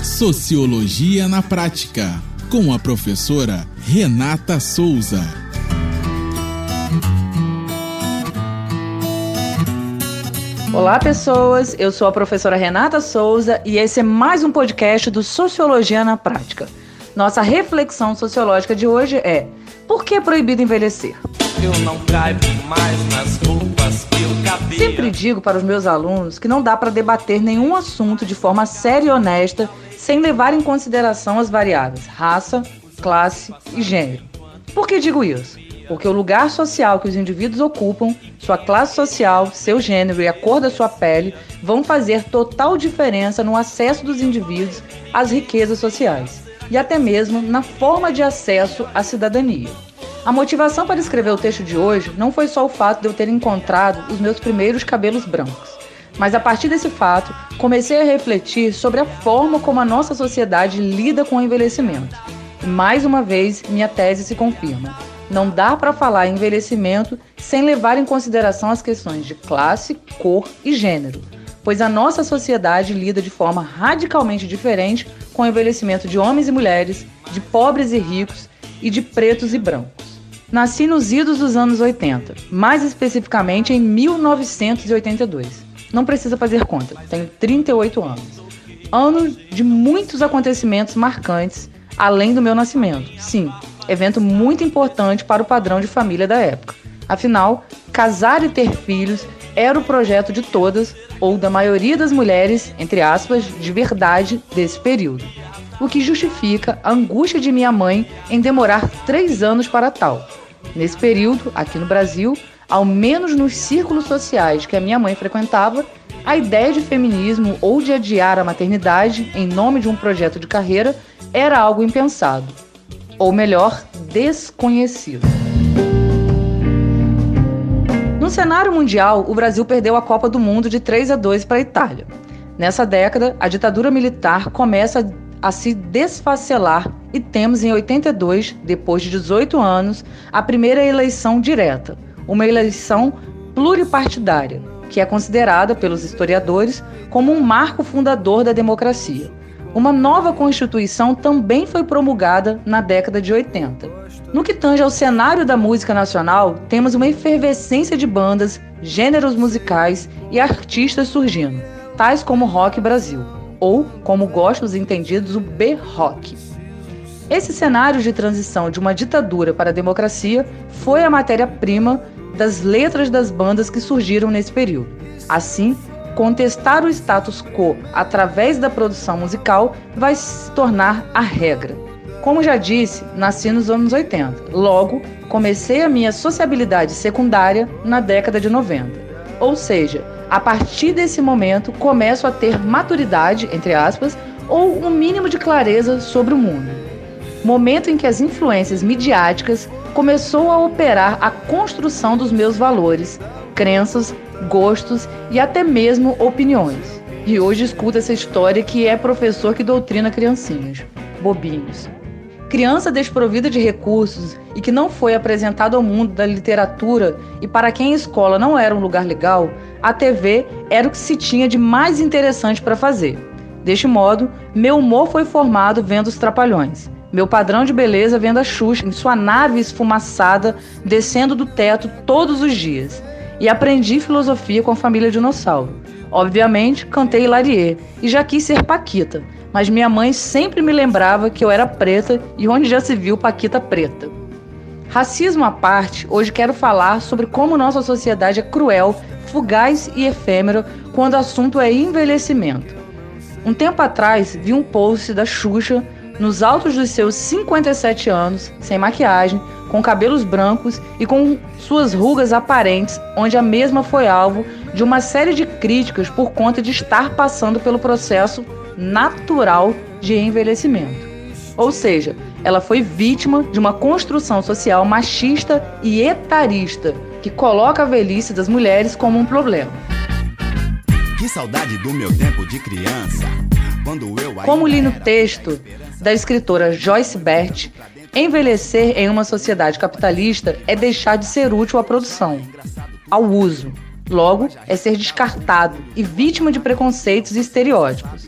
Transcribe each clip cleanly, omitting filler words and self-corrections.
Sociologia na Prática, com a professora Renata Souza. Olá, pessoas! Eu sou a professora Renata Souza e esse é mais um podcast do Sociologia na Prática. Nossa reflexão sociológica de hoje é: por que é proibido envelhecer? Eu não caibo mais nas roupas que eu cabia. Sempre digo para os meus alunos que não dá para debater nenhum assunto de forma séria e honesta sem levar em consideração as variáveis raça, classe e gênero. Por que digo isso? Porque o lugar social que os indivíduos ocupam, sua classe social, seu gênero e a cor da sua pele vão fazer total diferença no acesso dos indivíduos às riquezas sociais e até mesmo na forma de acesso à cidadania. A motivação para escrever o texto de hoje não foi só o fato de eu ter encontrado os meus primeiros cabelos brancos, mas a partir desse fato, comecei a refletir sobre a forma como a nossa sociedade lida com o envelhecimento. E mais uma vez, minha tese se confirma. Não dá para falar em envelhecimento sem levar em consideração as questões de classe, cor e gênero, pois a nossa sociedade lida de forma radicalmente diferente com o envelhecimento de homens e mulheres, de pobres e ricos e de pretos e brancos. Nasci nos idos dos anos 80, mais especificamente em 1982. Não precisa fazer conta, tenho 38 anos. Ano de muitos acontecimentos marcantes, além do meu nascimento. Sim, evento muito importante para o padrão de família da época. Afinal, casar e ter filhos era o projeto de todas, ou da maioria das mulheres, entre aspas, de verdade desse período. O que justifica a angústia de minha mãe em demorar 3 anos para tal. Nesse período, aqui no Brasil, ao menos nos círculos sociais que a minha mãe frequentava, a ideia de feminismo ou de adiar a maternidade em nome de um projeto de carreira era algo impensado. Ou melhor, desconhecido. No cenário mundial, o Brasil perdeu a Copa do Mundo de 3-2 para a Itália. Nessa década, a ditadura militar começa a se desfacelar e temos em 82, depois de 18 anos, a primeira eleição direta, uma eleição pluripartidária, que é considerada pelos historiadores como um marco fundador da democracia. Uma nova Constituição também foi promulgada na década de 80. No que tange ao cenário da música nacional, temos uma efervescência de bandas, gêneros musicais e artistas surgindo, tais como Rock Brasil, ou, como gostam os entendidos, o B-Rock. Esse cenário de transição de uma ditadura para a democracia foi a matéria-prima das letras das bandas que surgiram nesse período. Assim, contestar o status quo através da produção musical vai se tornar a regra. Como já disse, nasci nos anos 80. Logo, comecei a minha sociabilidade secundária na década de 90. Ou seja, a partir desse momento, começo a ter maturidade, entre aspas, ou um mínimo de clareza sobre o mundo. Momento em que as influências midiáticas começou a operar a construção dos meus valores, crenças, gostos e até mesmo opiniões. E hoje escuto essa história que é professor que doutrina criancinhas, bobinhos. Criança desprovida de recursos e que não foi apresentado ao mundo da literatura e para quem a escola não era um lugar legal, a TV era o que se tinha de mais interessante para fazer. Deste modo, meu humor foi formado vendo os Trapalhões. Meu padrão de beleza vendo a Xuxa em sua nave esfumaçada descendo do teto todos os dias. E aprendi filosofia com a família Dinossauro. Obviamente, cantei Hilarie e já quis ser Paquita, mas minha mãe sempre me lembrava que eu era preta e onde já se viu Paquita preta. Racismo à parte, hoje quero falar sobre como nossa sociedade é cruel, fugaz e efêmera quando o assunto é envelhecimento. Um tempo atrás, vi um post da Xuxa nos altos dos seus 57 anos, sem maquiagem, com cabelos brancos e com suas rugas aparentes, onde a mesma foi alvo de uma série de críticas por conta de estar passando pelo processo natural de envelhecimento. Ou seja, ela foi vítima de uma construção social machista e etarista, que coloca a velhice das mulheres como um problema. Que saudade do meu tempo de criança. Como li no texto da escritora Joyce Bert, envelhecer em uma sociedade capitalista é deixar de ser útil à produção, ao uso. Logo, é ser descartado e vítima de preconceitos e estereótipos. O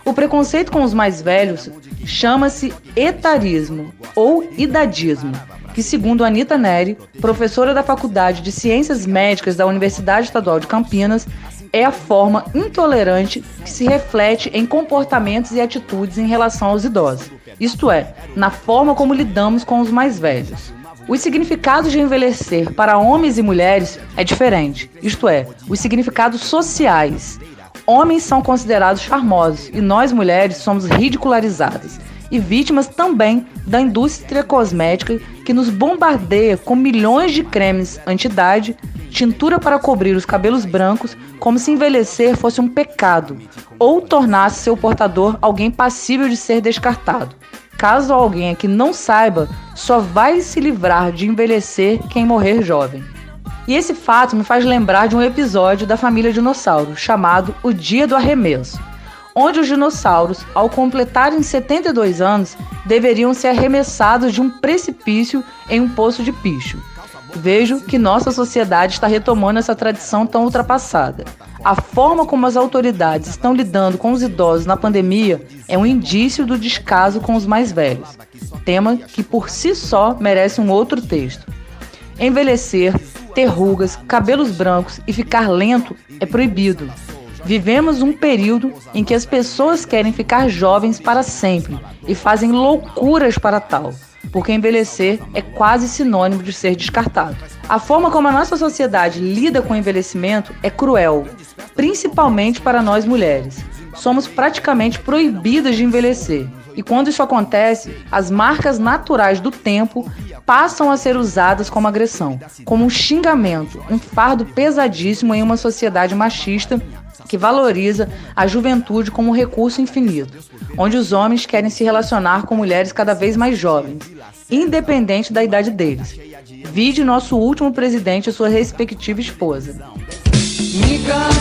O preconceito com os mais velhos chama-se etarismo ou idadismo, que, segundo Anita Neri, professora da Faculdade de Ciências Médicas da Universidade Estadual de Campinas, é a forma intolerante que se reflete em comportamentos e atitudes em relação aos idosos, isto é, na forma como lidamos com os mais velhos. Os significados de envelhecer para homens e mulheres é diferente, isto é, os significados sociais. Homens são considerados charmosos e nós, mulheres, somos ridicularizadas e vítimas também da indústria cosmética que nos bombardeia com milhões de cremes anti-idade, tintura para cobrir os cabelos brancos, como se envelhecer fosse um pecado ou tornasse seu portador alguém passível de ser descartado. Caso alguém aqui não saiba, só vai se livrar de envelhecer quem morrer jovem. E esse fato me faz lembrar de um episódio da família dinossauro, chamado O Dia do Arremesso, onde os dinossauros, ao completarem 72 anos, deveriam ser arremessados de um precipício em um poço de picho. Vejo que nossa sociedade está retomando essa tradição tão ultrapassada. A forma como as autoridades estão lidando com os idosos na pandemia é um indício do descaso com os mais velhos, tema que por si só merece um outro texto. Envelhecer, ter rugas, cabelos brancos e ficar lento é proibido. Vivemos um período em que as pessoas querem ficar jovens para sempre e fazem loucuras para tal, porque envelhecer é quase sinônimo de ser descartado. A forma como a nossa sociedade lida com o envelhecimento é cruel, principalmente para nós mulheres. Somos praticamente proibidas de envelhecer. E quando isso acontece, as marcas naturais do tempo passam a ser usadas como agressão, como um xingamento, um fardo pesadíssimo em uma sociedade machista que valoriza a juventude como um recurso infinito, onde os homens querem se relacionar com mulheres cada vez mais jovens, independente da idade deles. Vide nosso último presidente e sua respectiva esposa. Me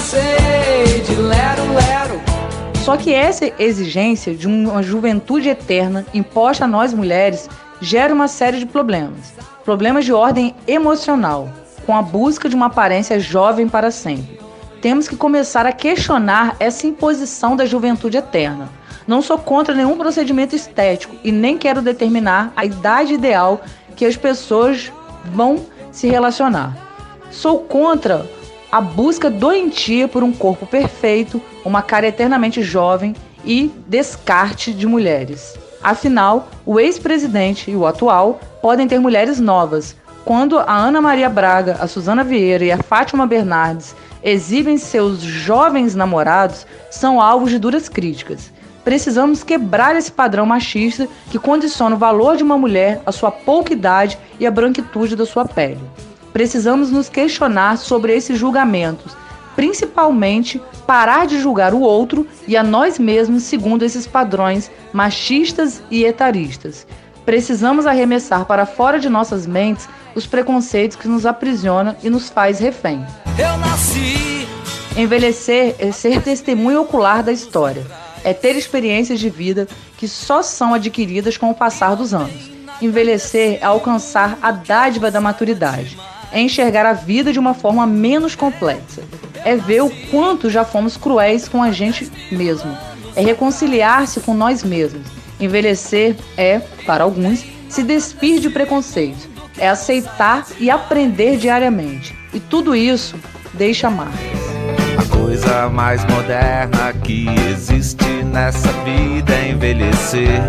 cansei de lero-lero. Só que essa exigência de uma juventude eterna imposta a nós mulheres gera uma série de problemas. Problemas de ordem emocional, com a busca de uma aparência jovem para sempre. Temos que começar a questionar essa imposição da juventude eterna. Não sou contra nenhum procedimento estético e nem quero determinar a idade ideal que as pessoas vão se relacionar. Sou contra a busca doentia por um corpo perfeito, uma cara eternamente jovem e descarte de mulheres. Afinal, o ex-presidente e o atual podem ter mulheres novas. Quando a Ana Maria Braga, a Suzana Vieira e a Fátima Bernardes exibem seus jovens namorados, são alvos de duras críticas. Precisamos quebrar esse padrão machista que condiciona o valor de uma mulher, a sua pouca idade e a branquitude da sua pele. Precisamos nos questionar sobre esses julgamentos, principalmente parar de julgar o outro e a nós mesmos segundo esses padrões machistas e etaristas. Precisamos arremessar para fora de nossas mentes os preconceitos que nos aprisionam e nos faz refém. Eu nasci. Envelhecer é ser testemunha ocular da história. É ter experiências de vida que só são adquiridas com o passar dos anos. Envelhecer é alcançar a dádiva da maturidade. É enxergar a vida de uma forma menos complexa. É ver o quanto já fomos cruéis com a gente mesmo. É reconciliar-se com nós mesmos. Envelhecer é, para alguns, se despir de preconceitos. É aceitar e aprender diariamente. E tudo isso deixa marcas. A coisa mais moderna que existe nessa vida é envelhecer.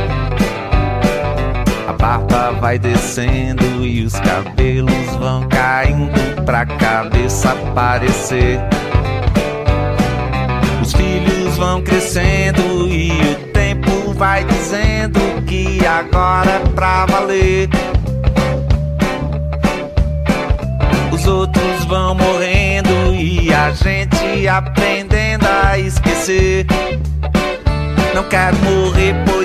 A barba vai descendo e os cabelos vão caindo pra cabeça aparecer. Os filhos vão crescendo e o tempo vai dizendo que agora é pra valer. Os outros vão morrendo e a gente aprendendo a esquecer. Não quero morrer por